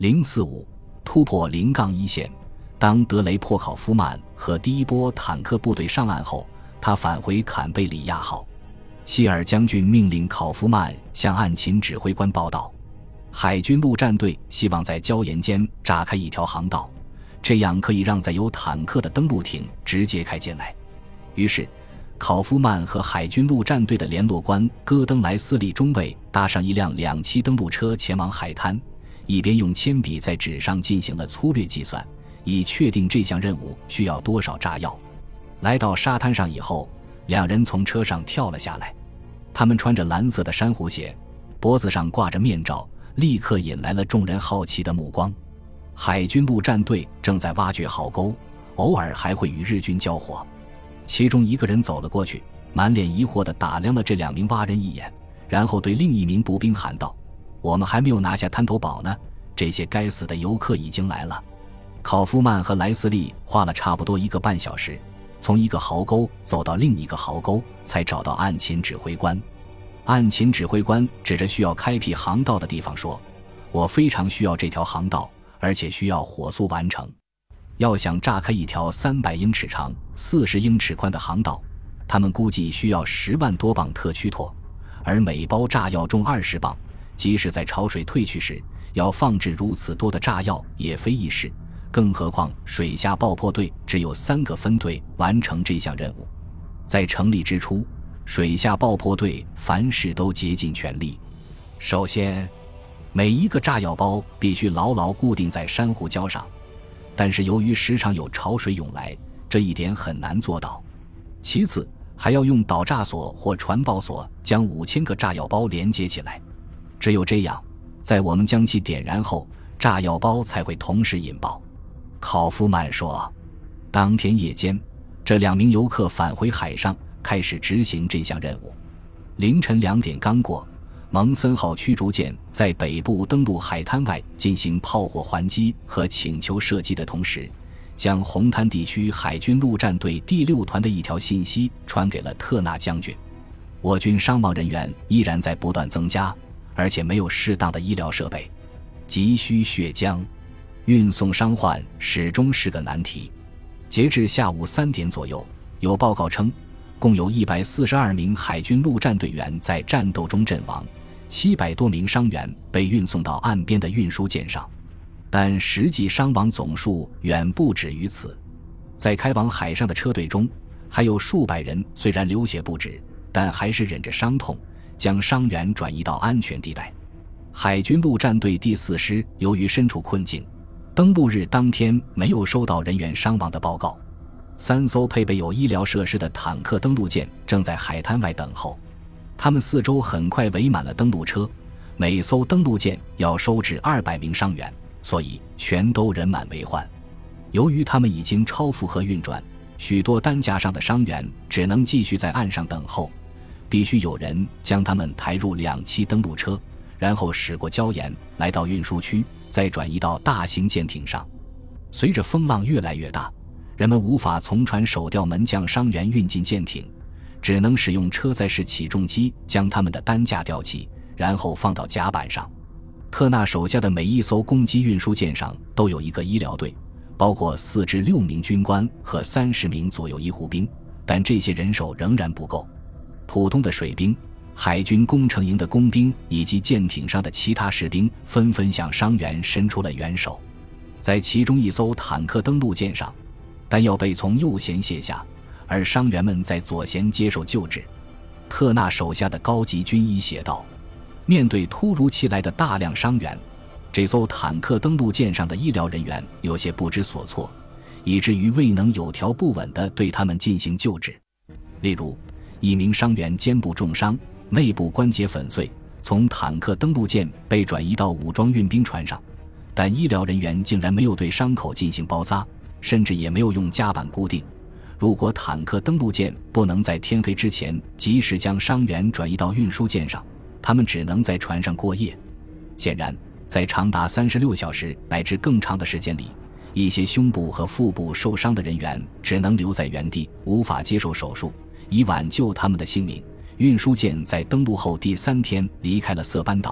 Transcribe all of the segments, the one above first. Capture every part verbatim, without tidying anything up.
零四五突破零杠一线。当德雷珀考夫曼和第一波坦克部队上岸后，他返回坎贝里亚号。希尔将军命令考夫曼向岸勤指挥官报道，海军陆战队希望在礁岩间炸开一条航道，这样可以让载有坦克的登陆艇直接开进来。于是考夫曼和海军陆战队的联络官戈登莱斯利中尉搭上一辆两栖登陆车前往海滩，一边用铅笔在纸上进行了粗略计算，以确定这项任务需要多少炸药。来到沙滩上以后，两人从车上跳了下来。他们穿着蓝色的珊瑚鞋，脖子上挂着面罩，立刻引来了众人好奇的目光。海军陆战队正在挖掘壕沟，偶尔还会与日军交火。其中一个人走了过去，满脸疑惑地打量了这两名蛙人一眼，然后对另一名步兵喊道：我们还没有拿下滩头堡呢，这些该死的游客已经来了。考夫曼和莱斯利花了差不多一个半小时，从一个壕沟走到另一个壕沟，才找到岸勤指挥官。岸勤指挥官指着需要开辟航道的地方说：我非常需要这条航道，而且需要火速完成。要想炸开一条三百英尺长四十英尺宽的航道，他们估计需要十万多磅特曲拓，而每包炸药重二十磅，即使在潮水退去时要放置如此多的炸药也非易事，更何况水下爆破队只有三个分队完成这项任务。在成立之初，水下爆破队凡事都竭尽全力。首先，每一个炸药包必须牢牢固定在珊瑚礁上，但是由于时常有潮水涌来，这一点很难做到。其次，还要用导炸索或传爆索将五千个炸药包连接起来。只有这样，在我们将其点燃后，炸药包才会同时引爆。考夫曼说，当天夜间，这两名游客返回海上，开始执行这项任务。凌晨两点刚过，蒙森号驱逐舰在北部登陆海滩外进行炮火还击和请求射击的同时，将红滩地区海军陆战队第六团的一条信息传给了特纳将军：我军伤亡人员依然在不断增加，而且没有适当的医疗设备，急需血浆，运送伤患始终是个难题。截至下午三点左右，有报告称共有一百四十二名海军陆战队员在战斗中阵亡，七百多名伤员被运送到岸边的运输舰上，但实际伤亡总数远不止于此。在开往海上的车队中，还有数百人虽然流血不止，但还是忍着伤痛将伤员转移到安全地带。海军陆战队第四师由于身处困境，登陆日当天没有收到人员伤亡的报告。三艘配备有医疗设施的坦克登陆舰正在海滩外等候，他们四周很快围满了登陆车，每艘登陆舰要收治二百名伤员，所以全都人满为患。由于他们已经超负荷运转，许多担架上的伤员只能继续在岸上等候，必须有人将他们抬入两栖登陆车，然后驶过礁岩来到运输区，再转移到大型舰艇上。随着风浪越来越大，人们无法从船首吊门将伤员运进舰艇，只能使用车载式起重机将他们的担架吊起，然后放到甲板上。特纳手下的每一艘攻击运输舰上都有一个医疗队，包括四至六名军官和三十名左右医护兵，但这些人手仍然不够。普通的水兵、海军工程营的工兵以及舰艇上的其他士兵纷纷向伤员伸出了援手。在其中一艘坦克登陆舰上，弹药被从右舷卸下，而伤员们在左舷接受救治。特纳手下的高级军医写道，面对突如其来的大量伤员，这艘坦克登陆舰上的医疗人员有些不知所措，以至于未能有条不紊地对他们进行救治。例如，一名伤员肩部重伤，内部关节粉碎，从坦克登陆舰被转移到武装运兵船上，但医疗人员竟然没有对伤口进行包扎，甚至也没有用夹板固定。如果坦克登陆舰不能在天黑之前及时将伤员转移到运输舰上，他们只能在船上过夜。显然，在长达三十六小时乃至更长的时间里，一些胸部和腹部受伤的人员只能留在原地，无法接受手术，以挽救他们的性命。运输舰在登陆后第三天离开了色班岛，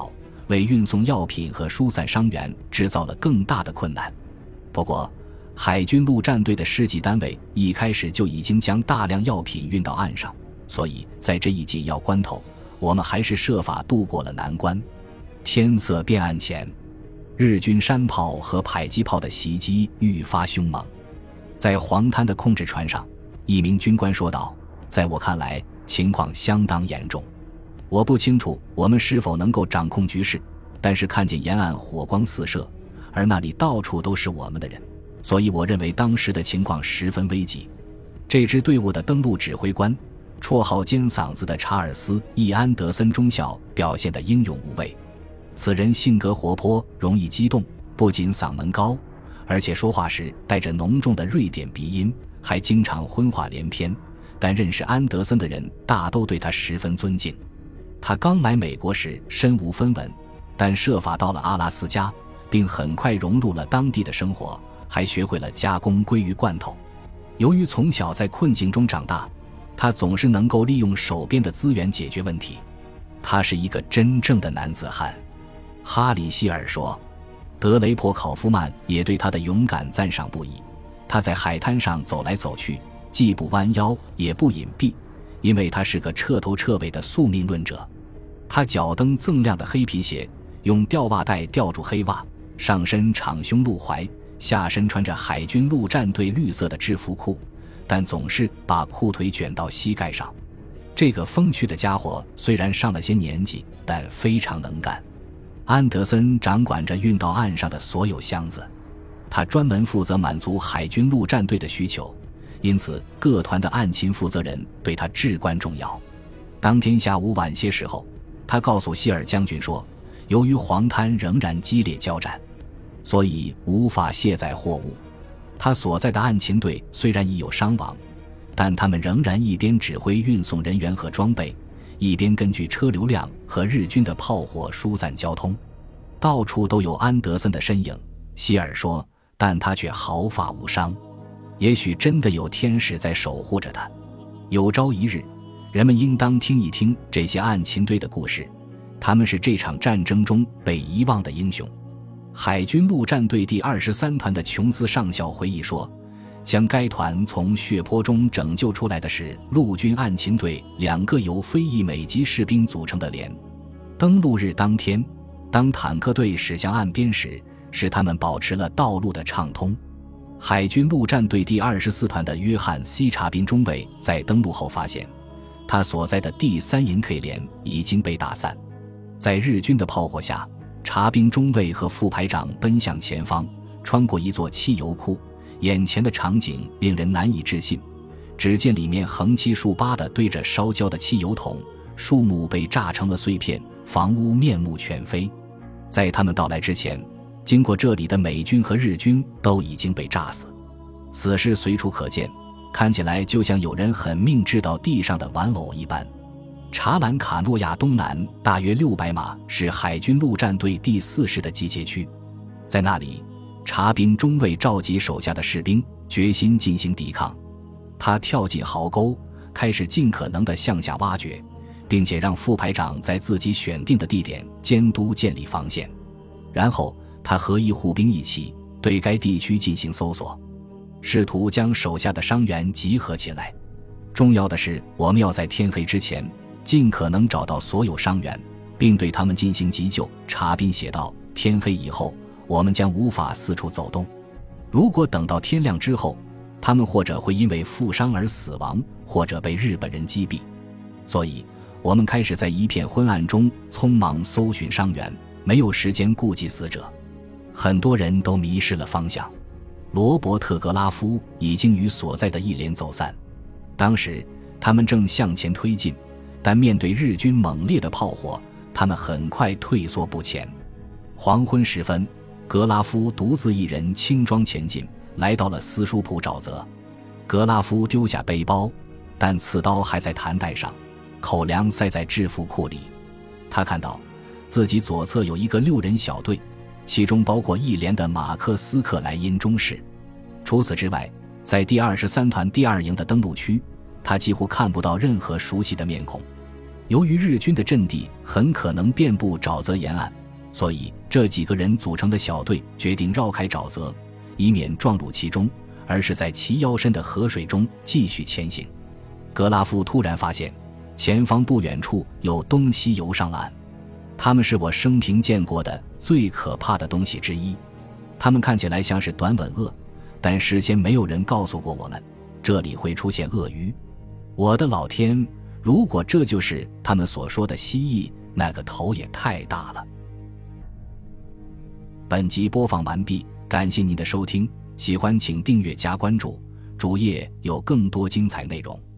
为运送药品和疏散伤员制造了更大的困难。不过，海军陆战队的师级单位一开始就已经将大量药品运到岸上，所以在这一紧要关头，我们还是设法渡过了难关。天色变暗前，日军山炮和迫击炮的袭击愈发凶猛。在黄滩的控制船上，一名军官说道：在我看来，情况相当严重。我不清楚我们是否能够掌控局势，但是看见沿岸火光四射，而那里到处都是我们的人，所以我认为当时的情况十分危急。这支队伍的登陆指挥官，绰号尖嗓子的查尔斯·易安德森中校表现得英勇无畏。此人性格活泼，容易激动，不仅嗓门高，而且说话时带着浓重的瑞典鼻音，还经常荤话连篇，但认识安德森的人大都对他十分尊敬。他刚来美国时身无分文，但设法到了阿拉斯加，并很快融入了当地的生活，还学会了加工鲑鱼罐头。由于从小在困境中长大，他总是能够利用手边的资源解决问题。他是一个真正的男子汉。哈里希尔说。德雷珀考夫曼也对他的勇敢赞赏不已。他在海滩上走来走去，既不弯腰也不隐蔽，因为他是个彻头彻尾的宿命论者。他脚蹬锃亮的黑皮鞋，用吊袜带吊住黑袜，上身敞胸露怀，下身穿着海军陆战队绿色的制服裤，但总是把裤腿卷到膝盖上。这个风趣的家伙虽然上了些年纪，但非常能干。安德森掌管着运到岸上的所有箱子，他专门负责满足海军陆战队的需求，因此各团的案勤负责人对他至关重要。当天下午晚些时候，他告诉希尔将军说，由于黄滩仍然激烈交战，所以无法卸载货物。他所在的案勤队虽然已有伤亡，但他们仍然一边指挥运送人员和装备，一边根据车流量和日军的炮火疏散交通。到处都有安德森的身影，希尔说，但他却毫发无伤。也许真的有天使在守护着他。有朝一日，人们应当听一听这些案勤队的故事，他们是这场战争中被遗忘的英雄。海军陆战队第二十三团的琼斯上校回忆说，将该团从血泊中拯救出来的是陆军案勤队两个由非裔美籍士兵组成的连。登陆日当天，当坦克队驶向岸边时，使他们保持了道路的畅通。海军陆战队第二十四团的约翰 C 查宾中尉在登陆后发现，他所在的第三营 K 连已经被打散。在日军的炮火下，查宾中尉和副排长奔向前方，穿过一座汽油库，眼前的场景令人难以置信。只见里面横七竖八地堆着烧焦的汽油桶，树木被炸成了碎片，房屋面目全非。在他们到来之前，经过这里的美军和日军都已经被炸死，死尸随处可见，看起来就像有人狠命掷到地上的玩偶一般。查兰卡诺亚东南大约六百码是海军陆战队第四师的集结区，在那里，查宾中尉召集手下的士兵，决心进行抵抗。他跳进壕沟，开始尽可能地向下挖掘，并且让副排长在自己选定的地点监督建立防线。然后他和一护兵一起对该地区进行搜索，试图将手下的伤员集合起来。重要的是，我们要在天黑之前尽可能找到所有伤员，并对他们进行急救。查宾写道，天黑以后，我们将无法四处走动。如果等到天亮之后，他们或者会因为负伤而死亡，或者被日本人击毙。所以我们开始在一片昏暗中匆忙搜寻伤员，没有时间顾及死者。很多人都迷失了方向。罗伯特·格拉夫已经与所在的一连走散。当时他们正向前推进，但面对日军猛烈的炮火，他们很快退缩不前。黄昏时分，格拉夫独自一人轻装前进，来到了斯舒普沼泽。格拉夫丢下背包，但刺刀还在弹带上，口粮塞在制服库里。他看到自己左侧有一个六人小队，其中包括一连的马克思克莱因中士。除此之外，在第二十三团第二营的登陆区，他几乎看不到任何熟悉的面孔。由于日军的阵地很可能遍布沼泽沿岸， 所以这几个人组成的小队决定绕开沼泽，以免撞入其中，而是在齐腰深的河水中继续前行。格拉夫突然发现前方不远处有东西游上岸，它们是我生平见过的最可怕的东西之一。它们看起来像是短吻鳄，但事先没有人告诉过我们这里会出现鳄鱼。我的老天，如果这就是他们所说的蜥蜴，那个头也太大了。本集播放完毕，感谢您的收听，喜欢请订阅加关注，主页有更多精彩内容。